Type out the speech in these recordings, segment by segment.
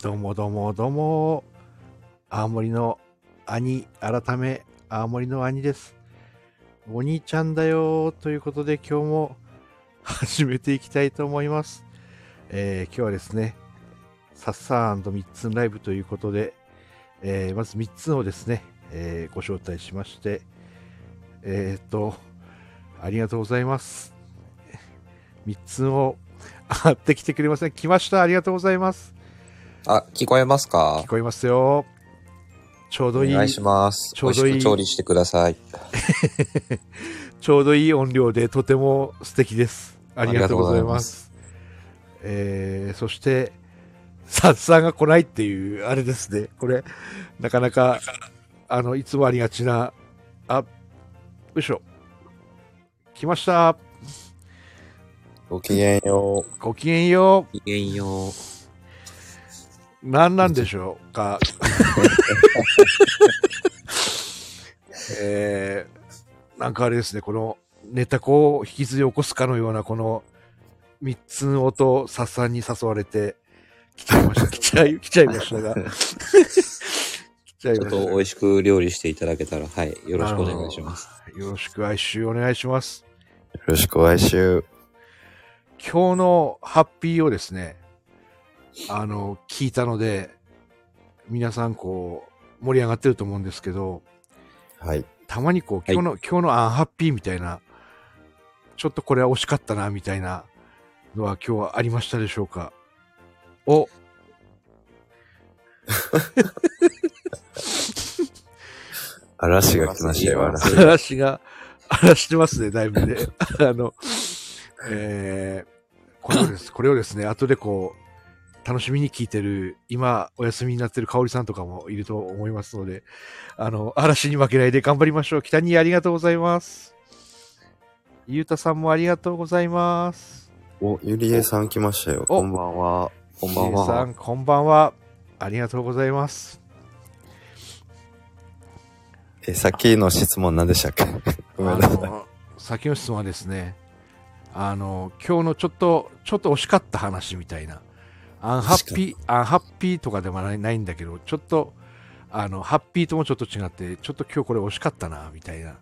どうもどうもどうも、青森の兄、改め青森の兄です。お兄ちゃんだよということで今日も始めていきたいと思います。今日はですね、サッサー&ミッツンライブということで、まず3つをですね、ご招待しまして、ありがとうございます。3つを会ってきてくれません。来ました。ありがとうございます。 あ、聞こえますか？ 聞こえますよ。ちょうどいい。 お願いします。 ちょうどいい。 美味しく調理してください。 ちょうどいい音量でとても素敵です。ありがとうございます。そして、サッサーが来ないっていう、あれですね。これ、なかなか、いつもありがちな、よいしょ。来ました。 ごきげんよう。 ごきげんよう。ごきげんよう。 何なんでしょうか。なんかあれですね、このネタこう引きずり起こすかのようなこの3つの音、サッサンに誘われて来ちゃいました。来ちゃいましたが。 ちょっと美味しく料理していただけたら、はい、よろしくお願いします。 よろしく哀愁お願いします。 よろしく哀愁。 今日のハッピーをですね、聞いたので、皆さんこう、盛り上がってると思うんですけど、 はい。 たまにこう、今日のアンハッピーみたいな、ちょっとこれは惜しかったな、みたいなのは今日はありましたでしょうか？お嵐が来ましたよ、 嵐してますね、だいぶね。これをですね、後でこう、楽しみに聞いてる、今お休みになってる香織さんとかもいると思いますので、嵐に負けないで頑張りましょう。北にありがとうございます。ゆうたさんもありがとうございます。 お、ゆりえさん来ましたよ。こんばんは。 こんばんは。ゆりえさん、こんばんは。ありがとうございます。 さっきの質問何でしたっけ？ごめんなさい。 先の質問はですね、今日のちょっと惜しかった話みたいな。アンハッピーとかでもないんだけど、ちょっと、ハッピーともちょっと違って、ちょっと今日これ惜しかったな、みたいな。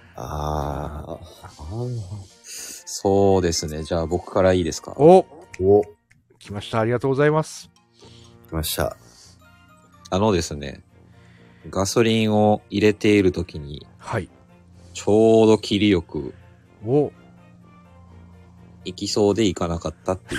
そうですね。じゃあ僕からいいですか？ 来ました。ありがとうございます。 来ました。ですね、ガソリンを入れているときに、 はい。 ちょうど切りよく、行きそうで行かなかったっていう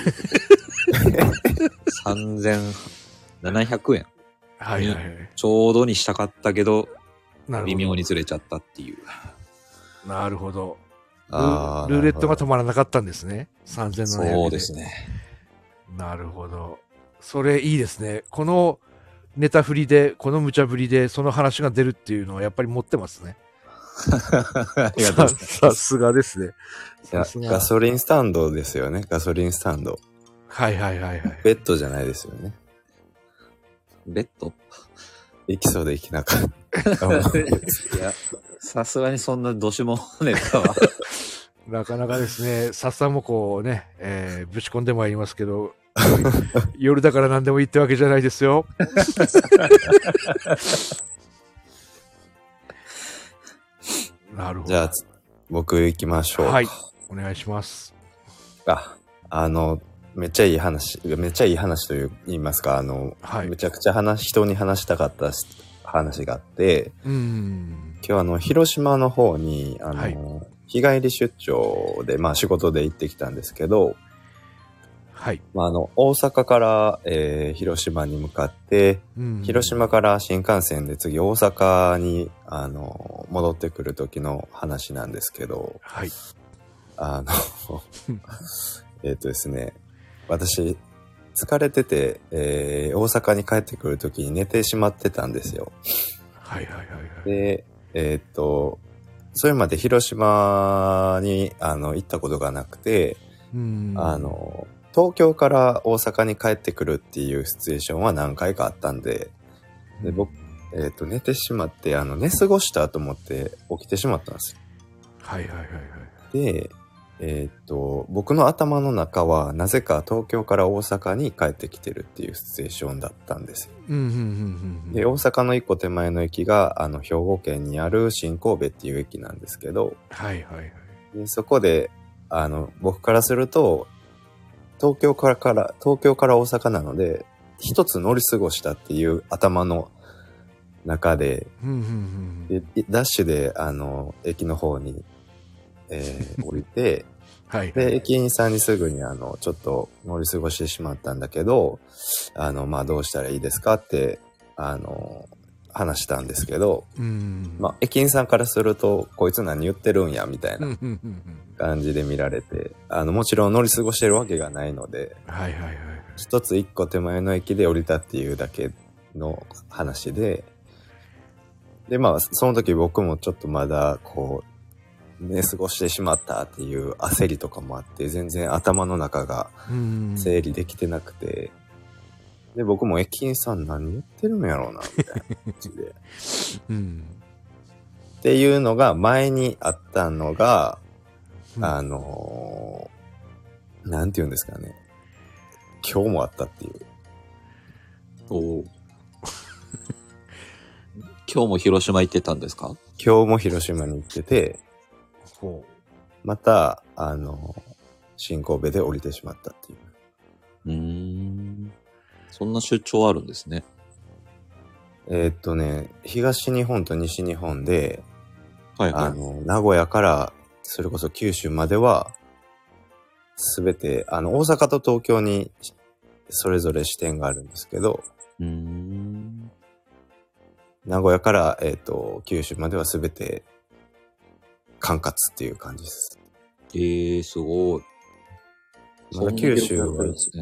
。3700円。 はいはいはい。 ちょうどにしたかったけど、微妙にずれちゃったっていう。 なるほど。ルーレットが止まらなかったんですね。3700円。 そうですね。 なるほど。それいいですね。このネタ振りで、この無茶ぶりで、その話が出るっていうのはやっぱり持ってますね。 ありがとうございます。 さすがですね。 ガソリンスタンドですよね。ガソリンスタンド。 はいはいはいはい。 ベッドじゃないですよね。ベッド？行きそうで行けなかった。いや、さすがにそんなどしもネタは。 なかなかですね、さっさもこうね、ぶち込んでまいりますけど、夜だから何でもいいってわけじゃないですよ。なるほど。 じゃあ、僕行きましょう。 はい。お願いします。 めっちゃいい話と言いますか、 はい、 めちゃくちゃ人に話したかった話があって、今日広島の方に、はい、日帰り出張で、仕事で行ってきたんですけど、はい。大阪から、広島に向かって、広島から新幹線で次大阪に、戻ってくる時の話なんですけど、はい。ですね、私、疲れてて、大阪に帰ってくる時に寝てしまってたんですよ。 はいはいはいはい。 で、それまで広島に、行ったことがなくて、東京から大阪に帰ってくるっていうシチュエーションは何回かあったんで、僕、寝てしまって、寝過ごしたと思って起きてしまったんですよ。 はいはいはいはい。 で、 僕の頭の中はなぜか東京から大阪に帰ってきてるっていうシチュエーションだったんですよ。で、大阪の一個手前の駅が兵庫県にある新神戸っていう駅なんですけど、 はいはいはい。 でそこで僕からすると東京から大阪なので一つ乗り過ごしたっていう頭の中で、でダッシュで駅の方に、降りてはい、 で、駅員さんにすぐにちょっと乗り過ごしてしまったんだけど、まあ、どうしたらいいですかって、話したんですけど、まあ、駅員さんからすると、こいつ何言ってるんや、みたいな感じで見られて、もちろん乗り過ごしてるわけがないので、 はいはいはい。 一個手前の駅で降りたっていうだけの話で、で、まあ、その時僕もちょっとまだ、こう、寝過ごしてしまったっていう焦りとかもあって全然頭の中が整理できてなくて、で僕も駅員さん何言ってるんやろうなみたいな感じで、っていうのが前にあったのが、なんて言うんですかね、今日もあったっていう。 今日も広島行ってたんですか？ 今日も広島に行ってて、また新神戸で降りてしまったっていう。 そんな出張あるんですね。 東日本と西日本で、 はいはい、 名古屋からそれこそ九州まではすべて大阪と東京にそれぞれ支店があるんですけど、名古屋から、九州まではすべて管轄っていう感じです。 すごい。 まだ九州は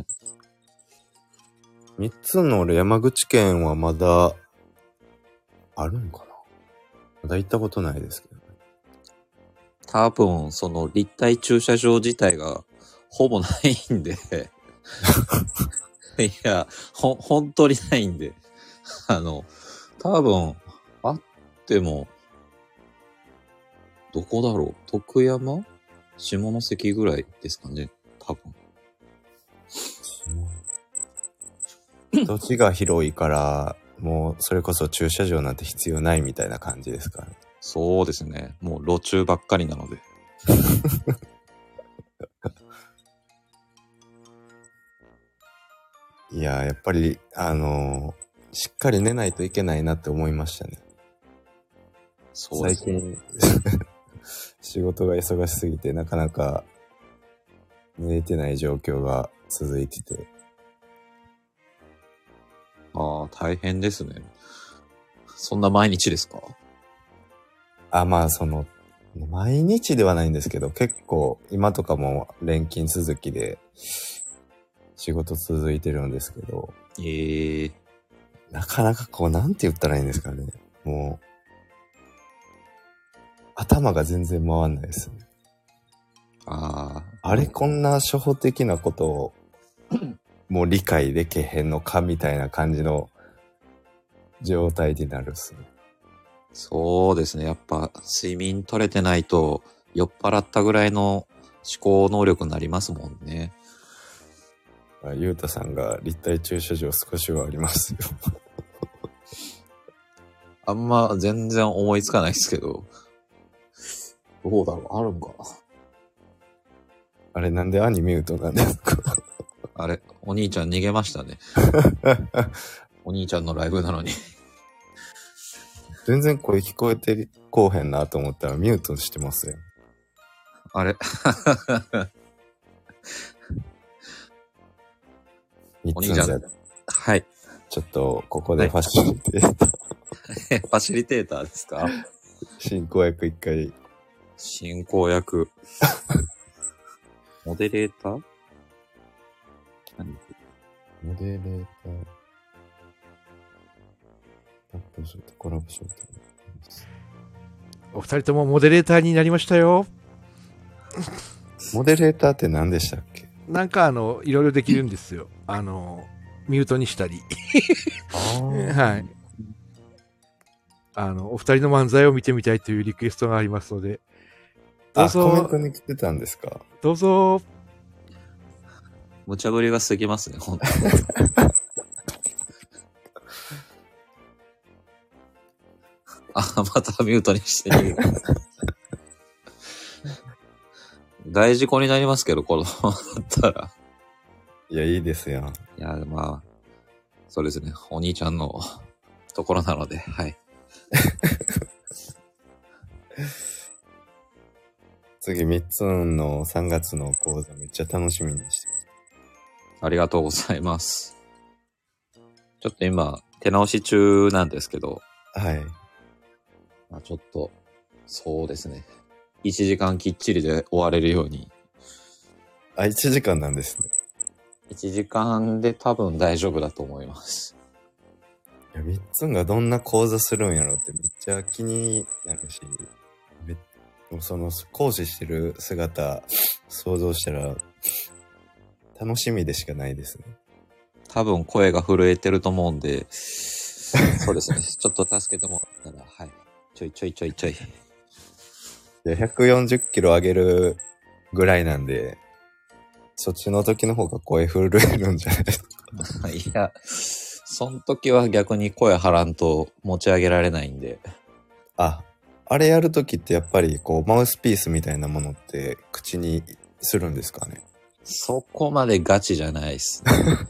3つの山口県はまだあるのかな？まだ行ったことないですけどね。 多分その立体駐車場自体がほぼないんでいや本当にないんで多分あってもどこだろう、徳山？下関ぐらいですかね、多分。 土地が広いから、もうそれこそ駐車場なんて必要ないみたいな感じですかね。 そうですね。もう路駐ばっかりなので。 いや、やっぱり、しっかり寝ないといけないなって思いましたね。 そうですね。 最近、仕事が忙しすぎてなかなか寝れてない状況が続いてて。 ああ、大変ですね。そんな毎日ですか？ まあ毎日ではないんですけど、結構今とかも連勤続きで仕事続いてるんですけど、なかなかこうなんて言ったらいいんですかね。もう頭が全然回んないですね。あれこんな初歩的なことをもう理解できへんのかみたいな感じの状態になるっすね。 そうですね。やっぱ睡眠取れてないと酔っ払ったぐらいの思考能力になりますもんね。 ゆうたさんが立体駐車場少しはありますよ。 あんま全然思いつかないですけど。どうだろう、あるんかな。 あれなんで兄ミュートなんですか？ あれ、お兄ちゃん逃げましたね。お兄ちゃんのライブなのに。 全然声聞こえてこうへんなと思ったらミュートしてますよ。 あれお兄ちゃん。 はい。 ちょっとここでファシリテーター。 ファシリテーターですか？ 進行役一回。 進行役。モデレーター？何？ モデレーター。タップするとコラボしようと思います。 お二人ともモデレーターになりましたよ。 モデレーターって何でしたっけ？ なんかいろいろできるんですよ。ミュートにしたり。はい。お二人の漫才を見てみたいというリクエストがありますので、 どうぞ。 コメントに来てたんですか？ どうぞ。 無茶ぶりが過ぎますね、本当に。またミュートにして逃げる。大事故になりますけど、子供だったら。 いや、いいですよ。 いや、まあ、そうですね。お兄ちゃんのところなので、はい。 次、3つの3月の講座めっちゃ楽しみにしてます。 ありがとうございます。ちょっと今、手直し中なんですけど、 はい。 まあ、ちょっと、そうですね。1時間きっちりで終われるように。 1時間なんですね。 1時間で多分大丈夫だと思います。 いや、3つがどんな講座するんやろってめっちゃ気になるし、その講師してる姿想像したら楽しみでしかないですね。 多分声が震えてると思うんで、そうですね。ちょっと助けてもらったら、はい。ちょい。 いや、140キロ上げるぐらいなんで、そっちの時の方が声震えるんじゃないですか。 いや、その時は逆に声張らんと持ち上げられないんで。 あれやる時ってやっぱりこうマウスピースみたいなものって口にするんですかね？ そこまでガチじゃないっす。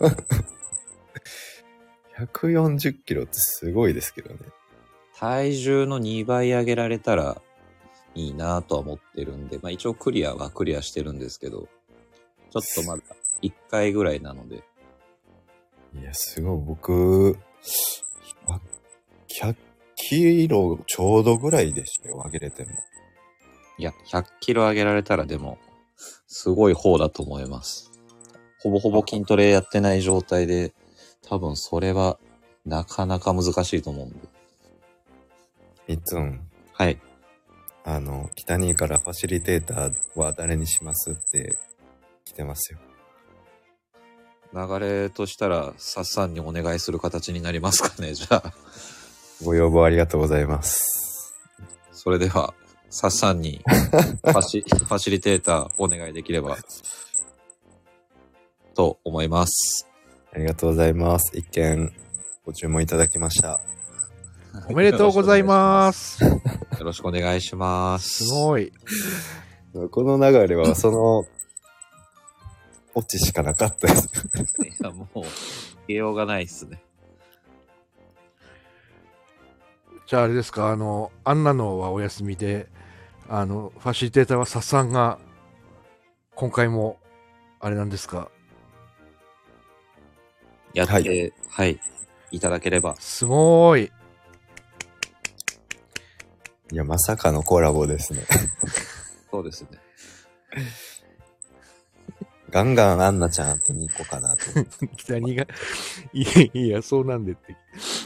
140キロってすごいですけどね。 体重の2倍上げられたらいいなとは思ってるんで、まあ一応クリアはクリアしてるんですけど、ちょっとまだ1回ぐらいなので。 いや、すごい。僕、100キロちょうどぐらいでしたよ、上げれても。 いや、100キロ上げられたらでも、すごい方だと思います。ほぼほぼ筋トレやってない状態で、多分それはなかなか難しいと思うんで。 いつん。 はい。 北兄からファシリテーターは誰にしますって来てますよ。 流れとしたら、サッサンにお願いする形になりますかね、じゃあ。 ご要望ありがとうございます。 それでは、サッサンにファシリテーターお願いできれば、と思います。 ありがとうございます。一件ご注文いただきました。 おめでとうございます。 よろしくお願いします。 すごい。 この流れはそのオチしかなかったです。 いや、もう、消えようがないっすね。 じゃああれですか、アンナのはお休みで、ファシリテーターはサッサンが、今回も、あれなんですか。 やって、はい、いただければ。 すごーい。 いや、まさかのコラボですね。 そうですね。 ガンガンアンナちゃん当てに行こうかなと思って。 北にが、いや、そうなんでって。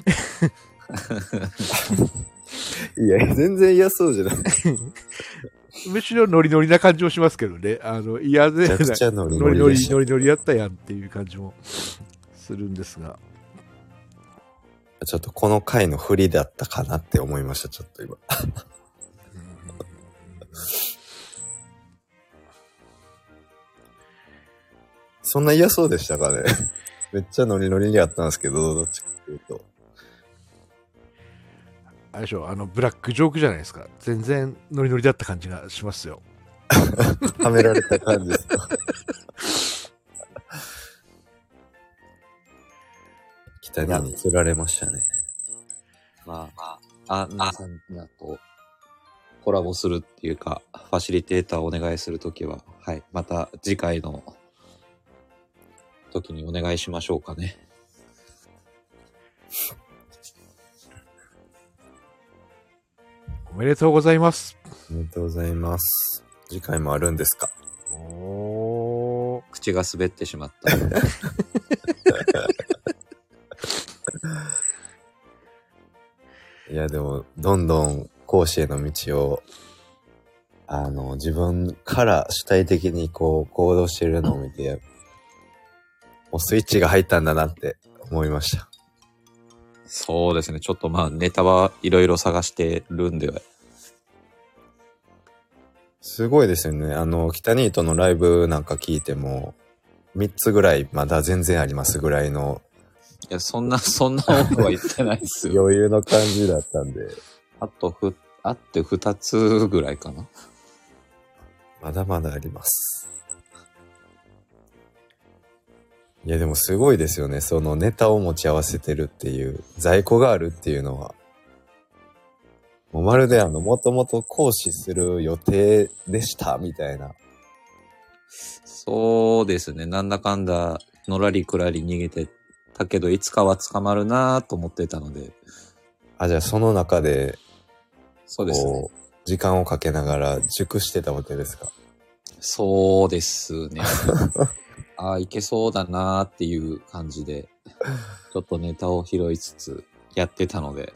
いや、全然嫌そうじゃない。 むしろノリノリな感じもしますけどね。嫌で、 めちゃくちゃノリノリノリノリでした。 ノリノリやったやんっていう感じもするんですが。 ちょっとこの回の振りだったかなって思いました、ちょっと今。そんな嫌そうでしたかね。めっちゃノリノリにやったんですけど、どっちかというと。 あれでしょ、ブラックジョークじゃないですか。全然ノリノリだった感じがしますよ。 はめられた感じですか。北に釣られましたね。 まあ、アンナさんとコラボするっていうか、ファシリテーターをお願いするときは、はい、また次回の時にお願いしましょうかね。 おめでとうございます。 おめでとうございます。次回もあるんですか？ おー。 口が滑ってしまった。 いや、でも、どんどん講師への道を、自分から主体的にこう、行動してるのを見て、もうスイッチが入ったんだなって思いました。 そうですね。ちょっとまあ、ネタはいろいろ探してるんで、 すごいですよね。北ニートのライブなんか聞いても、3つぐらいまだ全然ありますぐらいの。 いや、そんな多くは言ってないですよ。 余裕の感じだったんで。 あって2つぐらいかな。 まだまだあります。いやでもすごいですよね。そのネタを持ち合わせてるっていう、在庫があるっていうのは。もうまるでもともと講師する予定でしたみたいな。 そうですね。なんだかんだ、のらりくらり逃げてたけど、いつかは捕まるなぁと思ってたので。 あ、じゃあその中で、 そうですね。 時間をかけながら熟してたわけですか？ そうですね。いけそうだなーっていう感じで、ちょっとネタを拾いつつやってたので。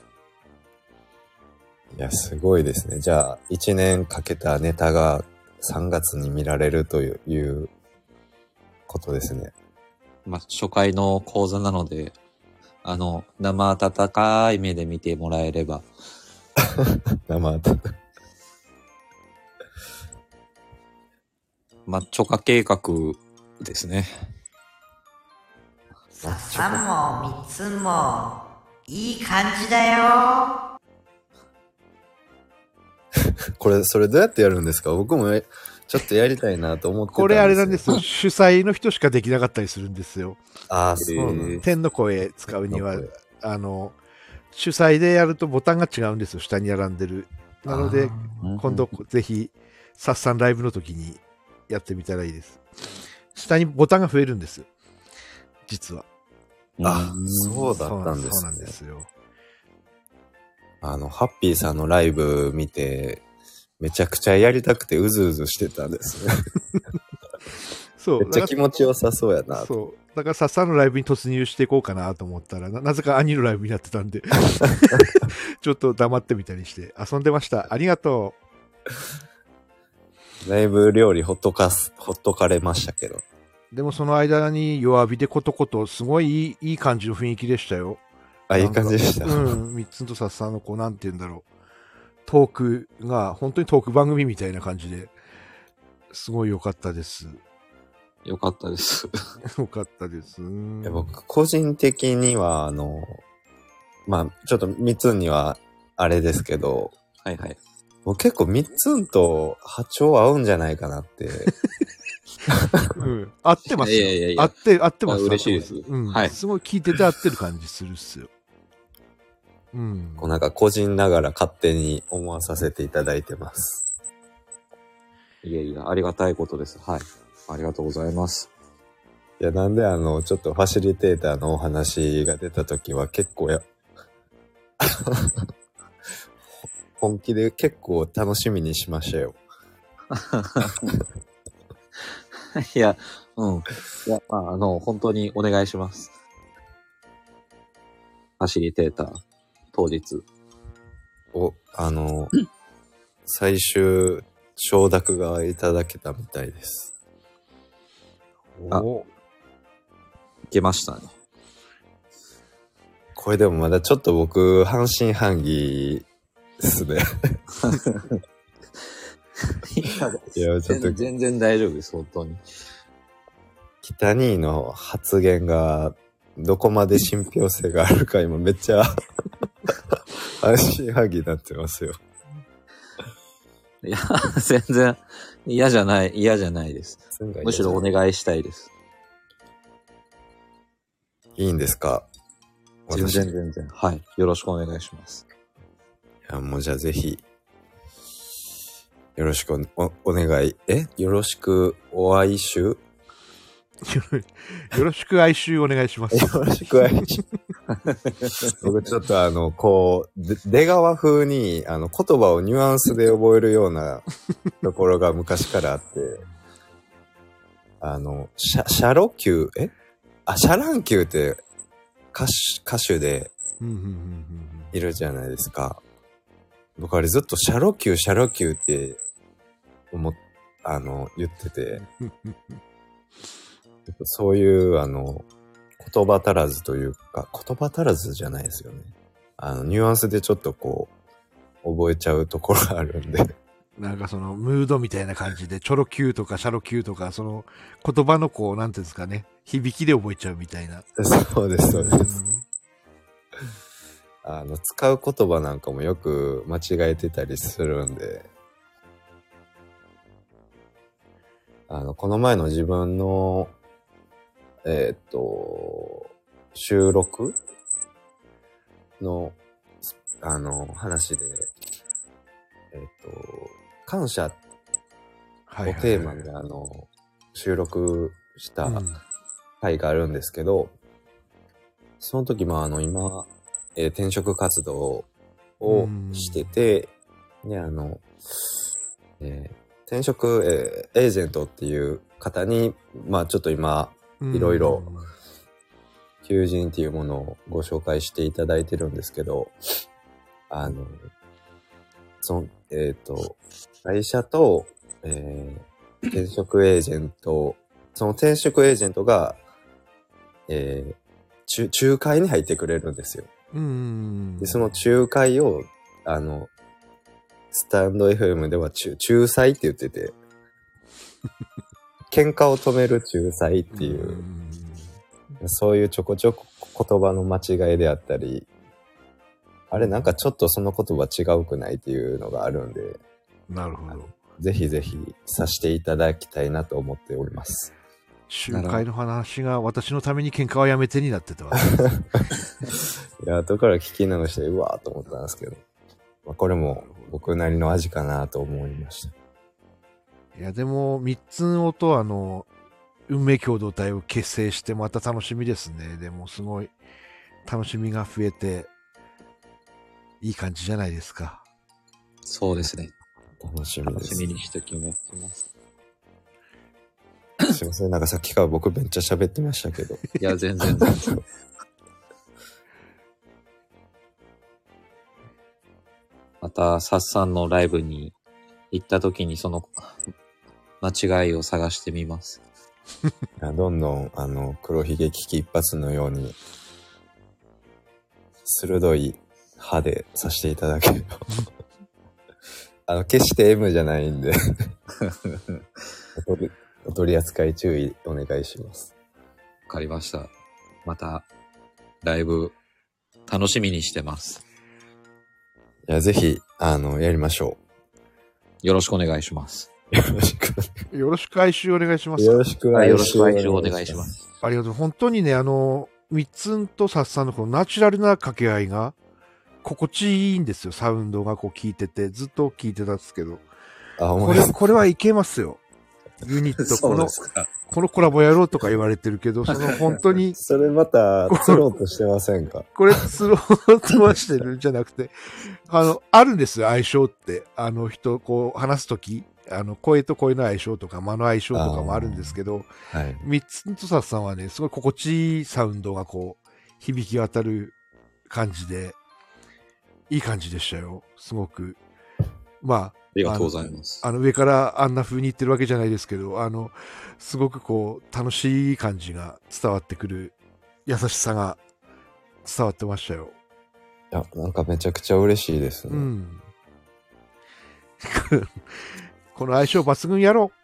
いや、すごいですね。じゃあ、1年かけたネタが3月に見られるということですね。 まあ、初回の講座なので、生温かい目で見てもらえれば。 生温かい。 マッチョ化計画ですね。 3も3つもいい感じだよ。 それどうやってやるんですか？僕もちょっとやりたいなと思ってたんですよ。 これあれなんですよ。主催の人しかできなかったりするんですよ。 ああ、そうなんです。 天の声使うには、主催でやるとボタンが違うんですよ。下に並んでる。なので、今度ぜひ、サッサンライブの時にやってみたらいいです。下にボタンが増えるんですよ。実は。 あ、そうだったんですね。 そうなんですよ。 ハッピーさんのライブ見て、めちゃくちゃやりたくてうずうずしてたんですね。 そう。 めっちゃ気持ちよさそうやな。 そう。だからサッサンのライブに突入していこうかなと思ったら、なぜか兄のライブになってたんで、ちょっと黙ってみたりして遊んでました。ありがとう。だいぶ料理ほっとかれましたけど。 でもその間に弱火でコトコト、すごいいい感じの雰囲気でしたよ。 あ、いい感じでした。 三つとサッサンのなんて言うんだろう。トークが、本当にトーク番組みたいな感じで、すごい良かったです。 良かったです。 良かったです。 僕、個人的には、まあ、ちょっとみつんには、あれですけど、 はいはい。 僕結構みつんと波長合うんじゃないかなって。 合ってますよ。 いや合ってます。 嬉しいです。 はい。すごい聞いてて合ってる感じするっすよ。 なんか個人ながら勝手に思わさせていただいてます。 いや、ありがたいことです。はい。ありがとうございます。 いや、なんでちょっとファシリテーターのお話が出たときは結構本気で結構楽しみにしましたよ。 いや、いや、本当にお願いします。ファシリテーター、当日。 最終承諾がいただけたみたいです。 いけましたね。 これでもまだちょっと僕、半信半疑ですね。 いや、ちょっと全然大丈夫です、本当に。 北兄の発言がどこまで信憑性があるか今めっちゃ半信半疑になってますよ。 いや、全然嫌じゃないです。むしろお願いしたいです。 いいんですか？ 全然。はい。よろしくお願いします。 いや、もうじゃあぜひ、よろしくお願い。よろしくお愛愁よろしく哀愁お願いします。 よろしく哀愁。僕ちょっと出川風に、言葉をニュアンスで覚えるようなところが昔からあって、シャロキュー、シャランキューって歌手でいるじゃないですか。僕あれずっとシャロキューって言ってて、そういう言葉足らずというか、言葉足らずじゃないですよね。ニュアンスでちょっとこう、覚えちゃうところがあるんで。 なんかそのムードみたいな感じで、チョロ Q とかシャロ Q とか、その言葉のこう、なんていうんですかね、響きで覚えちゃうみたいな。 そうです、そうです。使う言葉なんかもよく間違えてたりするんで、この前の自分の、収録の、話で、感謝をテーマに収録した回があるんですけど、その時も今、転職活動をしてて、で、転職、エージェントっていう方に、まあちょっと今、いろいろ、求人っていうものをご紹介していただいてるんですけど、会社と、転職エージェント、その転職エージェントが、仲介に入ってくれるんですよ。で、その仲介を、スタンド FM では仲裁って言ってて、喧嘩を止める仲裁っていう、そういうちょこちょこ言葉の間違いであったり、あれなんかちょっとその言葉違うくないっていうのがあるんで、 なるほど。ぜひぜひさせていただきたいなと思っております。 仲介の話が私のために喧嘩はやめてになってたわけです。 いや、後から聞き直してうわーと思ったんですけど、まあ、これも僕なりの味かなと思いました。 いや、でも3つのと運命共同体を結成してまた楽しみですね。でもすごい楽しみが増えていい感じじゃないですか。 そうですね。 楽しみです。 楽しみにしてきます。 すいません、なんかさっきから僕めっちゃ喋ってましたけど。いや、全然。また、サッさんのライブに行った時にその間違いを探してみます。 どんどん、黒ひげ危機一髪のように、鋭い歯で刺していただければ。決して M じゃないんでお取り扱い注意お願いします。 わかりました。また、ライブ、楽しみにしてます。 いや、ぜひ、やりましょう。よろしくお願いします。 よろしく哀愁お願いします。 よろしく哀愁お願いします。 ありがとう。本当にね、みっつんとさっさんのこのナチュラルな掛け合いが、心地いいんですよ。サウンドがこう聞いてて、ずっと聞いてたんですけど。これはいけますよ。ユニット、このコラボやろうとか言われてるけど、本当に。 それまた、釣ろうとしてませんか？ これ釣ろうとはしてるんじゃなくて、あるんですよ、相性って。人、こう、話すとき、声と声の相性とか、間の相性とかもあるんですけど、 はい。 三つとささんはね、すごい心地いいサウンドがこう、響き渡る感じで、いい感じでしたよ。すごく。まあ、 ありがとうございます。 上からあんな風に言ってるわけじゃないですけど、すごくこう、楽しい感じが伝わってくる、優しさが伝わってましたよ。 いや、なんかめちゃくちゃ嬉しいですね。 うん。この相性抜群やろ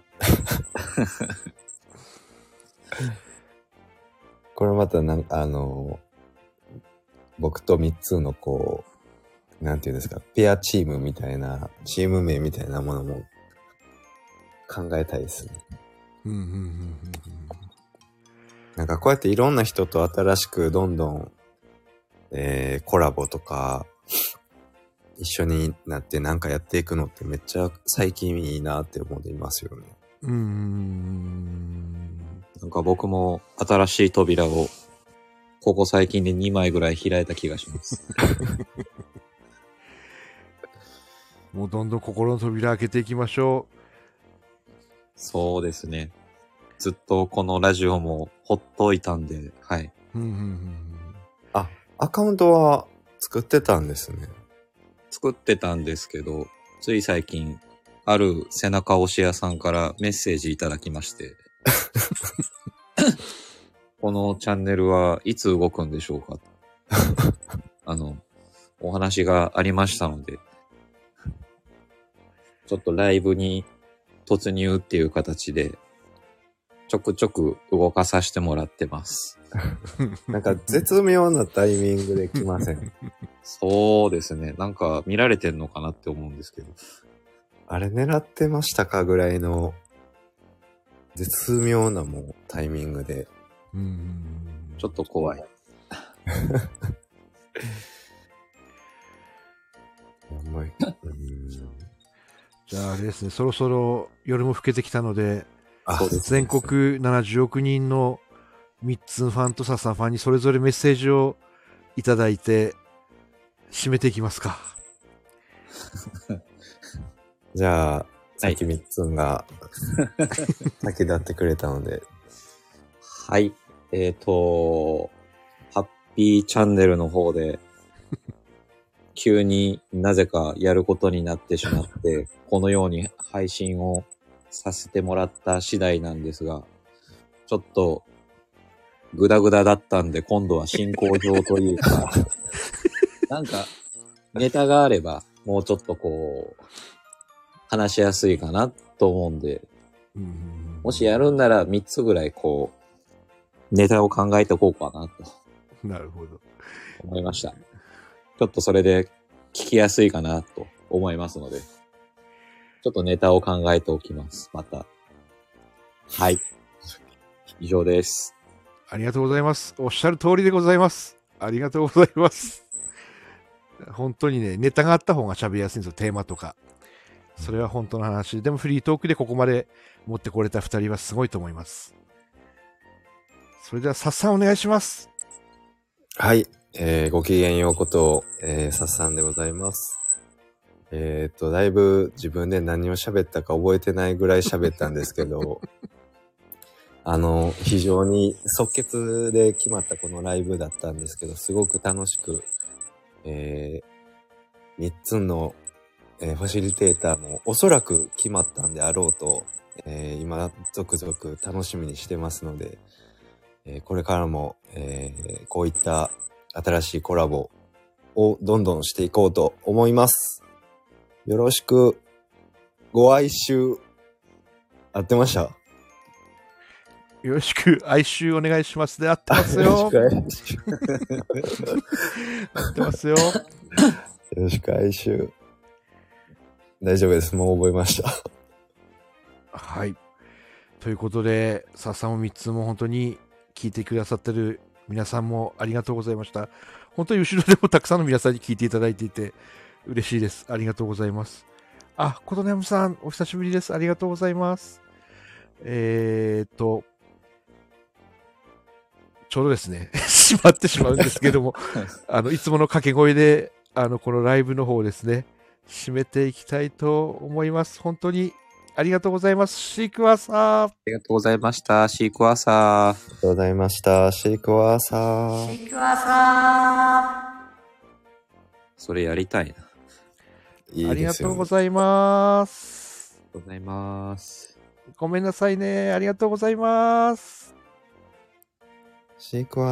これまた僕と3つのこう、なんていうんですか、ペアチームみたいな、チーム名みたいなものも考えたいですね。なんかこうやっていろんな人と新しくどんどん、コラボとか、一緒になってなんかやっていくのってめっちゃ最近いいなって思っていますよね。 なんか僕も新しい扉をここ最近で2枚ぐらい開いた気がします。 もうどんどん心の扉開けていきましょう。 そうですね。ずっとこのラジオもほっといたんで、はい。 あ、アカウントは作ってたんですね。 作ってたんですけど、つい最近、ある背中押し屋さんからメッセージいただきまして、このチャンネルはいつ動くんでしょうかお話がありましたので、 ちょっとライブに突入っていう形で、ちょくちょく動かさせてもらってます。 なんか絶妙なタイミングで来ません？ そうですね。なんか見られてんのかなって思うんですけど。 あれ狙ってましたかぐらいの絶妙なもうタイミングで。 ちょっと怖い。 じゃああれですね、そろそろ夜も更けてきたので、 そうです全国70億人の3つファンとサッサンファンにそれぞれメッセージをいただいて締めていきますか。 じゃあさっきみっつんが先立ってくれたので、 はい。ハッピーチャンネルの方で急になぜかやることになってしまって、このように配信をさせてもらった次第なんですが、ちょっとグダグダだったんで、今度は進行上というか、なんかネタがあればもうちょっとこう話しやすいかなと思うんで、もしやるんなら3つぐらいこうネタを考えておこうかなと。 なるほど。 思いました。ちょっとそれで聞きやすいかなと思いますので、ちょっとネタを考えておきます。また。はい。以上です。 ありがとうございます。おっしゃる通りでございます。ありがとうございます。本当にね、ネタがあった方が喋りやすいんですよ、テーマとか。それは本当の話。でもフリートークでここまで持ってこれた2人はすごいと思います。それでは、さっさんお願いします。 はい。ごきげんようこと、さっさんでございます。だいぶ自分で何を喋ったか覚えてないぐらい喋ったんですけど、非常に即決で決まったこのライブだったんですけど、すごく楽しく、3つの、ファシリテーターもおそらく決まったんであろうと、今、続々楽しみにしてますので、これからも、こういった新しいコラボをどんどんしていこうと思います。よろしく、ご愛愁、合ってました？ よろしく哀愁お願いしますで、合ってますよ。 よろしく哀愁。 合ってますよ。 よろしく哀愁。大丈夫です。もう覚えました。 はい。ということで、さっさんも3つも本当に聞いてくださってる皆さんもありがとうございました。本当に後ろでもたくさんの皆さんに聞いていただいていて嬉しいです。ありがとうございます。あ、ことねむさん、お久しぶりです。ありがとうございます。ちょうどですね、しまってしまうんですけども、いつもの掛け声で、このライブの方ですね、締めていきたいと思います。本当にありがとうございます。シークワーサー。 ありがとうございました。シークワーサー。 ありがとうございました。シークワーサー。 シークワーサそれやりたいな。 いいですよね。 ありがとうございます。 ありがとうございます。 ごめんなさいね。ありがとうございます。 シークワー